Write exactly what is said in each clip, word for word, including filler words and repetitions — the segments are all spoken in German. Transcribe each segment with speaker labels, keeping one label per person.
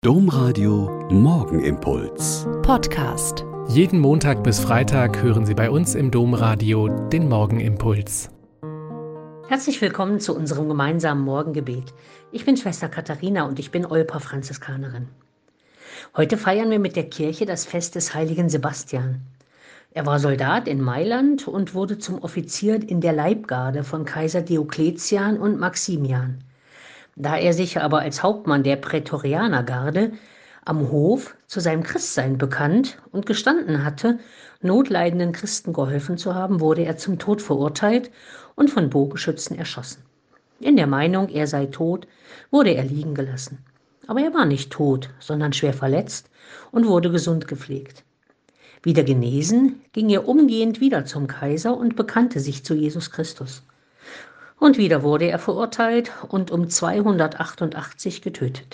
Speaker 1: Domradio Morgenimpuls
Speaker 2: Podcast.
Speaker 3: Jeden Montag bis Freitag hören Sie bei uns im Domradio den Morgenimpuls.
Speaker 4: Herzlich willkommen zu unserem gemeinsamen Morgengebet. Ich bin Schwester Katharina und ich bin Olper Franziskanerin. Heute feiern wir mit der Kirche das Fest des heiligen Sebastian. Er war Soldat in Mailand und wurde zum Offizier in der Leibgarde von Kaiser Diokletian und Maximian. Da er sich aber als Hauptmann der Prätorianergarde am Hof zu seinem Christsein bekannt und gestanden hatte, notleidenden Christen geholfen zu haben, wurde er zum Tod verurteilt und von Bogenschützen erschossen. In der Meinung, er sei tot, wurde er liegen gelassen. Aber er war nicht tot, sondern schwer verletzt und wurde gesund gepflegt. Wieder genesen, ging er umgehend wieder zum Kaiser und bekannte sich zu Jesus Christus. Und wieder wurde er verurteilt und um zweihundertachtundachtzig getötet.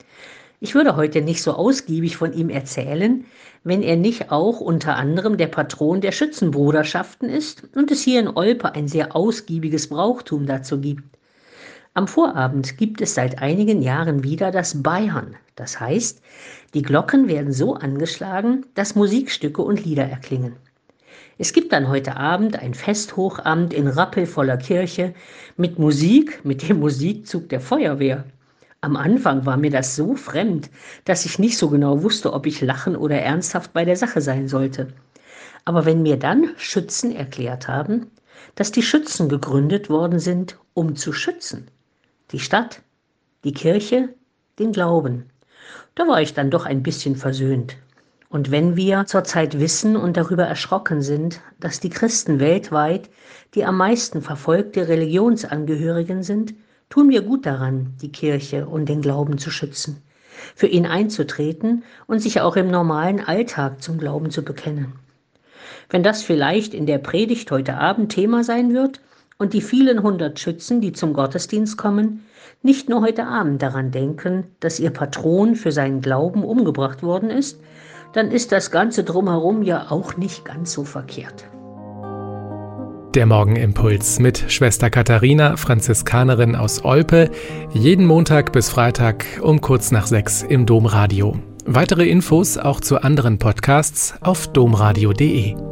Speaker 4: Ich würde heute nicht so ausgiebig von ihm erzählen, wenn er nicht auch unter anderem der Patron der Schützenbruderschaften ist und es hier in Olpe ein sehr ausgiebiges Brauchtum dazu gibt. Am Vorabend gibt es seit einigen Jahren wieder das Beiern. Das heißt, die Glocken werden so angeschlagen, dass Musikstücke und Lieder erklingen. Es gibt dann heute Abend ein Festhochabend in rappelvoller Kirche mit Musik, mit dem Musikzug der Feuerwehr. Am Anfang war mir das so fremd, dass ich nicht so genau wusste, ob ich lachen oder ernsthaft bei der Sache sein sollte. Aber wenn mir dann Schützen erklärt haben, dass die Schützen gegründet worden sind, um zu schützen, die Stadt, die Kirche, den Glauben, da war ich dann doch ein bisschen versöhnt. Und wenn wir zurzeit wissen und darüber erschrocken sind, dass die Christen weltweit die am meisten verfolgte Religionsangehörigen sind, tun wir gut daran, die Kirche und den Glauben zu schützen, für ihn einzutreten und sich auch im normalen Alltag zum Glauben zu bekennen. Wenn das vielleicht in der Predigt heute Abend Thema sein wird und die vielen hundert Schützen, die zum Gottesdienst kommen, nicht nur heute Abend daran denken, dass ihr Patron für seinen Glauben umgebracht worden ist, dann ist das Ganze drumherum ja auch nicht ganz so verkehrt.
Speaker 3: Der Morgenimpuls mit Schwester Katharina, Franziskanerin aus Olpe, jeden Montag bis Freitag um kurz nach sechs im Domradio. Weitere Infos auch zu anderen Podcasts auf domradio punkt de.